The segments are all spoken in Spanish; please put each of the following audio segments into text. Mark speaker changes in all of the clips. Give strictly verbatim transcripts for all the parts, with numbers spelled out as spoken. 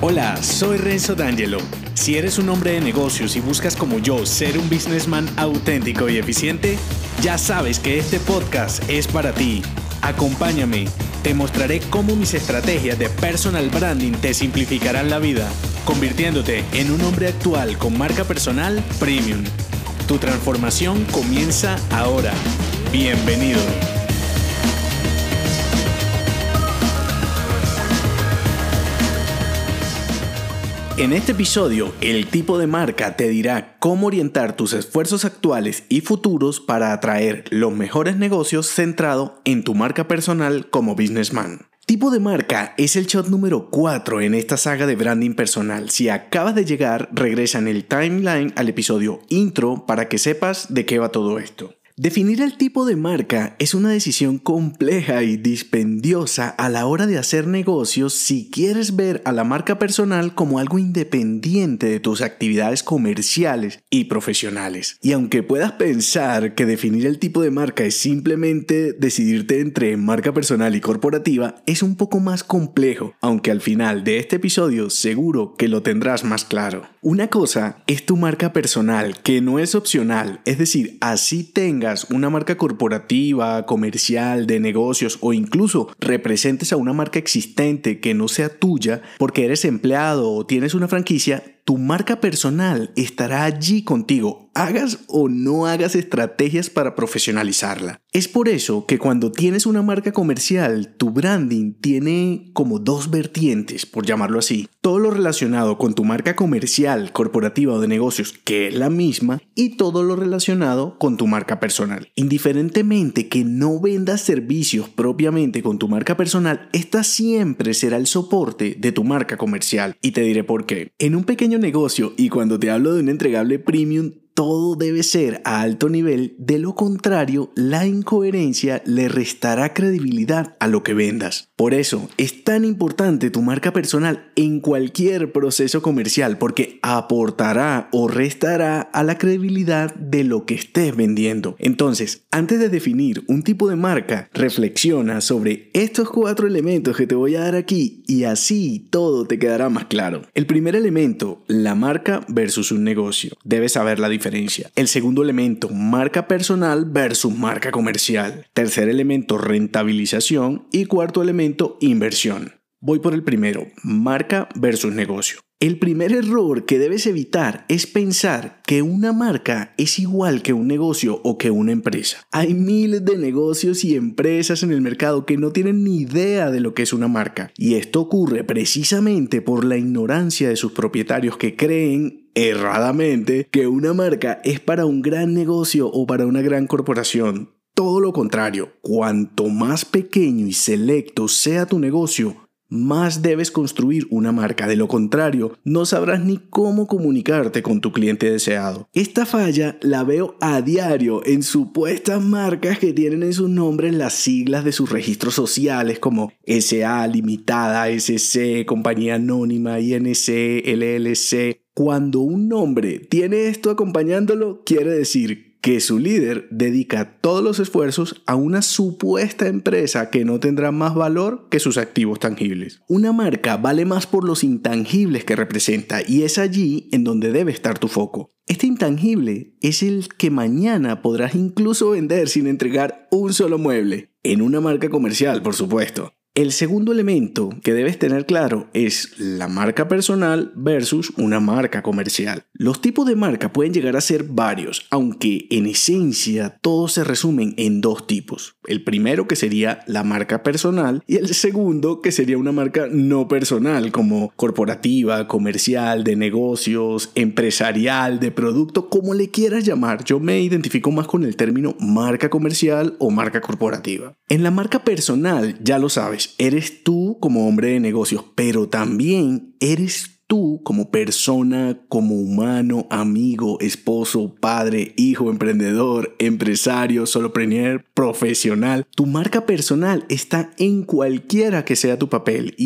Speaker 1: Hola, soy Renzo D'Angelo. Si eres un hombre de negocios y buscas como yo ser un businessman auténtico y eficiente, ya sabes que este podcast es para ti. Acompáñame, te mostraré cómo mis estrategias de personal branding te simplificarán la vida, convirtiéndote en un hombre actual con marca personal premium. Tu transformación comienza ahora. Bienvenido. En este episodio, el tipo de marca te dirá cómo orientar tus esfuerzos actuales y futuros para atraer los mejores negocios centrado en tu marca personal como businessman. Tipo de marca es el shot número cuatro en esta saga de branding personal. Si acabas de llegar, regresa en el timeline al episodio intro para que sepas de qué va todo esto. Definir el tipo de marca es una decisión compleja y dispendiosa a la hora de hacer negocios si quieres ver a la marca personal como algo independiente de tus actividades comerciales y profesionales. Y aunque puedas pensar que definir el tipo de marca es simplemente decidirte entre marca personal y corporativa, es un poco más complejo, aunque al final de este episodio seguro que lo tendrás más claro. Una cosa es tu marca personal, que no es opcional, es decir, así tengas una marca corporativa, comercial, de negocios o incluso representes a una marca existente que no sea tuya porque eres empleado o tienes una franquicia, tu marca personal estará allí contigo, hagas o no hagas estrategias para profesionalizarla. Es por eso que cuando tienes una marca comercial, tu branding tiene como dos vertientes, por llamarlo así. Todo lo relacionado con tu marca comercial, corporativa o de negocios, que es la misma, y todo lo relacionado con tu marca personal. Indiferentemente que no vendas servicios propiamente con tu marca personal, esta siempre será el soporte de tu marca comercial. Y te diré por qué. En un pequeño negocio, y cuando te hablo de un entregable premium, todo debe ser a alto nivel, de lo contrario, la incoherencia le restará credibilidad a lo que vendas. Por eso, es tan importante tu marca personal en cualquier proceso comercial, porque aportará o restará a la credibilidad de lo que estés vendiendo. Entonces, antes de definir un tipo de marca, reflexiona sobre estos cuatro elementos que te voy a dar aquí y así todo te quedará más claro. El primer elemento, la marca versus un negocio. Debes saber la diferencia. El segundo elemento, marca personal versus marca comercial. Tercer elemento, rentabilización. Y cuarto elemento, inversión. Voy por el primero, marca versus negocio. El primer error que debes evitar es pensar que una marca es igual que un negocio o que una empresa. Hay miles de negocios y empresas en el mercado que no tienen ni idea de lo que es una marca. Y esto ocurre precisamente por la ignorancia de sus propietarios que creen erradamente que una marca es para un gran negocio o para una gran corporación. Todo lo contrario, cuanto más pequeño y selecto sea tu negocio, más debes construir una marca. De lo contrario, no sabrás ni cómo comunicarte con tu cliente deseado. Esta falla la veo a diario en supuestas marcas que tienen en sus nombres las siglas de sus registros sociales como S A Limitada, S C, Compañía Anónima, I N C, L L C. Cuando un nombre tiene esto acompañándolo, quiere decir que su líder dedica todos los esfuerzos a una supuesta empresa que no tendrá más valor que sus activos tangibles. Una marca vale más por los intangibles que representa y es allí en donde debe estar tu foco. Este intangible es el que mañana podrás incluso vender sin entregar un solo mueble. En una marca comercial, por supuesto. El segundo elemento que debes tener claro es la marca personal versus una marca comercial. Los tipos de marca pueden llegar a ser varios, aunque en esencia todos se resumen en dos tipos. El primero que sería la marca personal y el segundo que sería una marca no personal como corporativa, comercial, de negocios, empresarial, de producto, como le quieras llamar. Yo me identifico más con el término marca comercial o marca corporativa. En la marca personal, ya lo sabes, eres tú como hombre de negocios, pero también eres tú como persona, como humano, amigo, esposo, padre, hijo, emprendedor, empresario, solopreneur, profesional. Tu marca personal está en cualquiera que sea tu papel y es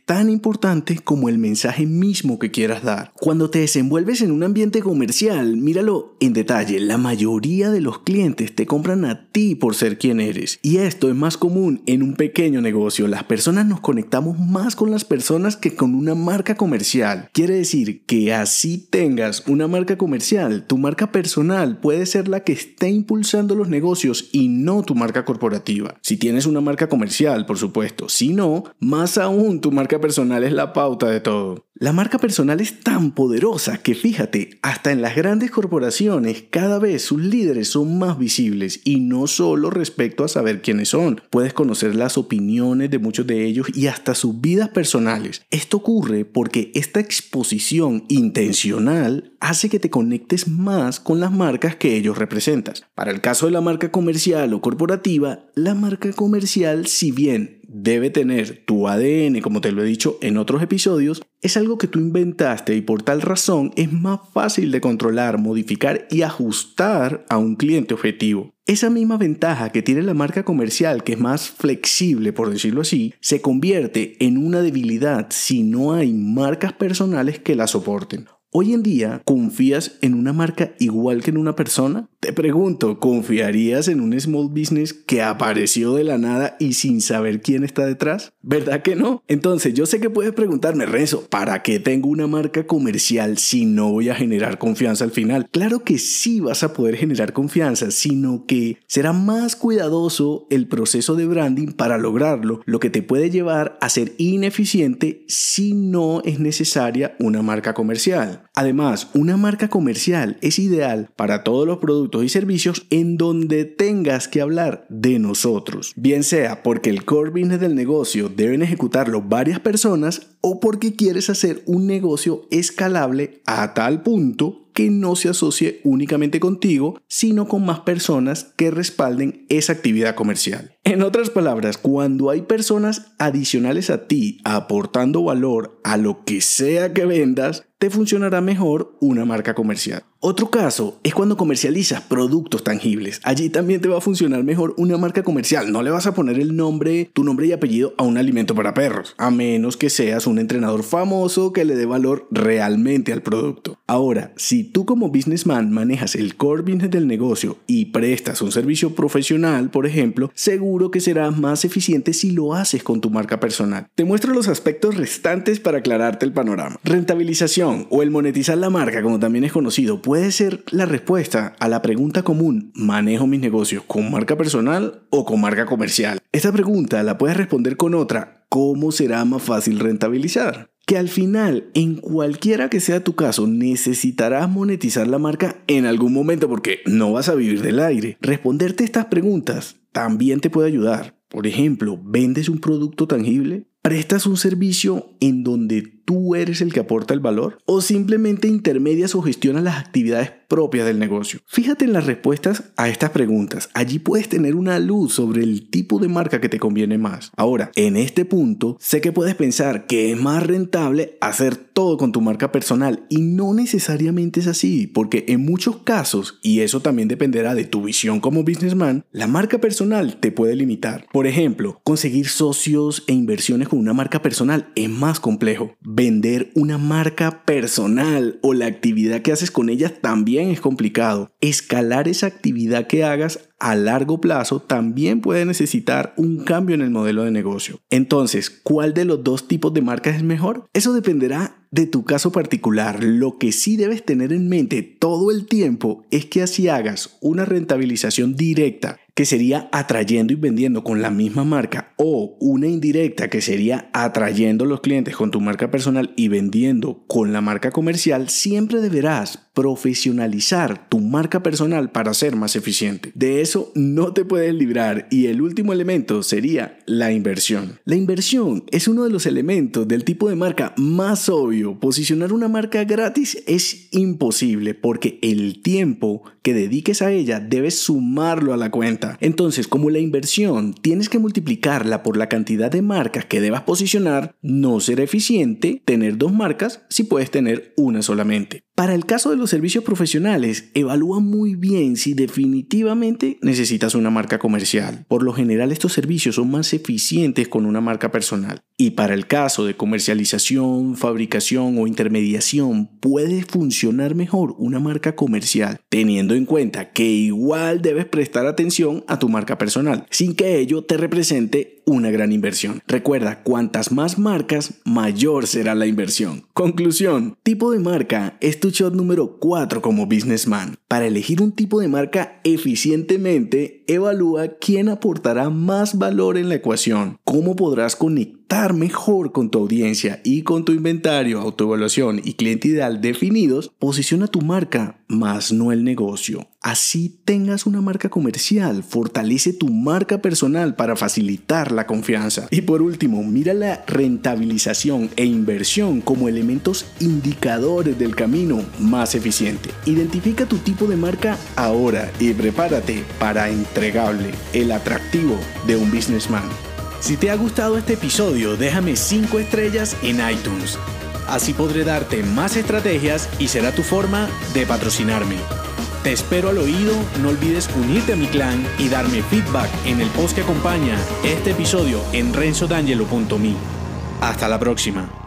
Speaker 1: tan importante como el mensaje mismo que quieras dar. Cuando te desenvuelves en un ambiente comercial, míralo en detalle, la mayoría de los clientes te compran a ti por ser quien eres. Y esto es más común en un pequeño negocio. Las personas nos conectamos más con las personas que con una marca comercial. Quiere decir que así tengas una marca comercial, tu marca personal puede ser la que esté impulsando los negocios y no tu marca corporativa. Si tienes una marca comercial, por supuesto. Si no, más aún tu marca personal es la pauta de todo. La marca personal es tan poderosa que fíjate, hasta en las grandes corporaciones cada vez sus líderes son más visibles y no solo respecto a saber quiénes son. Puedes conocer las opiniones de muchos de ellos y hasta sus vidas personales. Esto ocurre porque esta exposición intencional hace que te conectes más con las marcas que ellos representan. Para el caso de la marca comercial o corporativa, la marca comercial, si bien debe tener tu A D N, como te lo he dicho en otros episodios, es algo que tú inventaste y por tal razón es más fácil de controlar, modificar y ajustar a un cliente objetivo. Esa misma ventaja que tiene la marca comercial, que es más flexible, por decirlo así, se convierte en una debilidad si no hay marcas personales que la soporten. Hoy en día, ¿confías en una marca igual que en una persona? Te pregunto, ¿confiarías en un small business que apareció de la nada y sin saber quién está detrás? ¿Verdad que no? Entonces, yo sé que puedes preguntarme, Renzo, ¿para qué tengo una marca comercial si no voy a generar confianza al final? Claro que sí vas a poder generar confianza, sino que será más cuidadoso el proceso de branding para lograrlo, lo que te puede llevar a ser ineficiente si no es necesaria una marca comercial. Además, una marca comercial es ideal para todos los productos y servicios en donde tengas que hablar de nosotros, bien sea porque el core business del negocio deben ejecutarlo varias personas o porque quieres hacer un negocio escalable a tal punto que no se asocie únicamente contigo, sino con más personas que respalden esa actividad comercial. En otras palabras, cuando hay personas adicionales a ti aportando valor a lo que sea que vendas, te funcionará mejor una marca comercial. Otro caso es cuando comercializas productos tangibles. Allí también te va a funcionar mejor una marca comercial. No le vas a poner el nombre, tu nombre y apellido a un alimento para perros, a menos que seas un entrenador famoso que le dé valor realmente al producto. Ahora, si tú como businessman manejas el core business del negocio y prestas un servicio profesional, por ejemplo, seguro que serás más eficiente si lo haces con tu marca personal. Te muestro los aspectos restantes para aclararte el panorama. Rentabilización o el monetizar la marca, como también es conocido, puede ser la respuesta a la pregunta común: ¿manejo mis negocios con marca personal o con marca comercial? Esta pregunta la puedes responder con otra: ¿cómo será más fácil rentabilizar? Que al final, en cualquiera que sea tu caso, necesitarás monetizar la marca en algún momento porque no vas a vivir del aire. Responderte estas preguntas también te puede ayudar. Por ejemplo, ¿vendes un producto tangible? ¿Prestas un servicio en donde tú eres el que aporta el valor? ¿O simplemente intermedias o gestionas las actividades propias del negocio? Fíjate en las respuestas a estas preguntas. Allí puedes tener una luz sobre el tipo de marca que te conviene más. Ahora, en este punto, sé que puedes pensar que es más rentable hacer todo con tu marca personal y no necesariamente es así, porque en muchos casos, y eso también dependerá de tu visión como businessman, la marca personal te puede limitar. Por ejemplo, conseguir socios e inversiones con una marca personal es más complejo. Vender una marca personal o la actividad que haces con ella también es complicado. Escalar esa actividad que hagas a largo plazo también puede necesitar un cambio en el modelo de negocio. Entonces, ¿cuál de los dos tipos de marcas es mejor? Eso dependerá de tu caso particular. Lo que sí debes tener en mente todo el tiempo es que así hagas una rentabilización directa, que sería atrayendo y vendiendo con la misma marca, o una indirecta, que sería atrayendo los clientes con tu marca personal y vendiendo con la marca comercial, siempre deberás profesionalizar tu marca personal para ser más eficiente. De eso no te puedes librar. Y el último elemento sería la inversión. La inversión es uno de los elementos del tipo de marca más obvio. Posicionar una marca gratis es imposible porque el tiempo que dediques a ella debes sumarlo a la cuenta. Entonces, como la inversión tienes que multiplicarla por la cantidad de marcas que debas posicionar, no será eficiente tener dos marcas si puedes tener una solamente. Para el caso de los servicios profesionales, evalúa muy bien si definitivamente necesitas una marca comercial. Por lo general, estos servicios son más eficientes con una marca personal. Y para el caso de comercialización, fabricación o intermediación, puede funcionar mejor una marca comercial, teniendo en cuenta que igual debes prestar atención a tu marca personal, sin que ello te represente una gran inversión. Recuerda, cuantas más marcas, mayor será la inversión. Conclusión: tipo de marca es tu shot número cuatro como businessman. Para elegir un tipo de marca eficientemente, evalúa quién aportará más valor en la ecuación, cómo podrás conectar mejor con tu audiencia y con tu inventario, autoevaluación y cliente ideal definidos. Posiciona tu marca, más no el negocio. Así tengas una marca comercial, fortalece tu marca personal para facilitar la confianza. Y por último, mira la rentabilización e inversión como elementos indicadores del camino más eficiente. Identifica tu tipo de marca ahora y prepárate para Entregable, el atractivo de un businessman. Si te ha gustado este episodio, déjame cinco estrellas en iTunes. Así podré darte más estrategias y será tu forma de patrocinarme. Te espero al oído, no olvides unirte a mi clan y darme feedback en el post que acompaña este episodio en renzo d'angelo punto me. Hasta la próxima.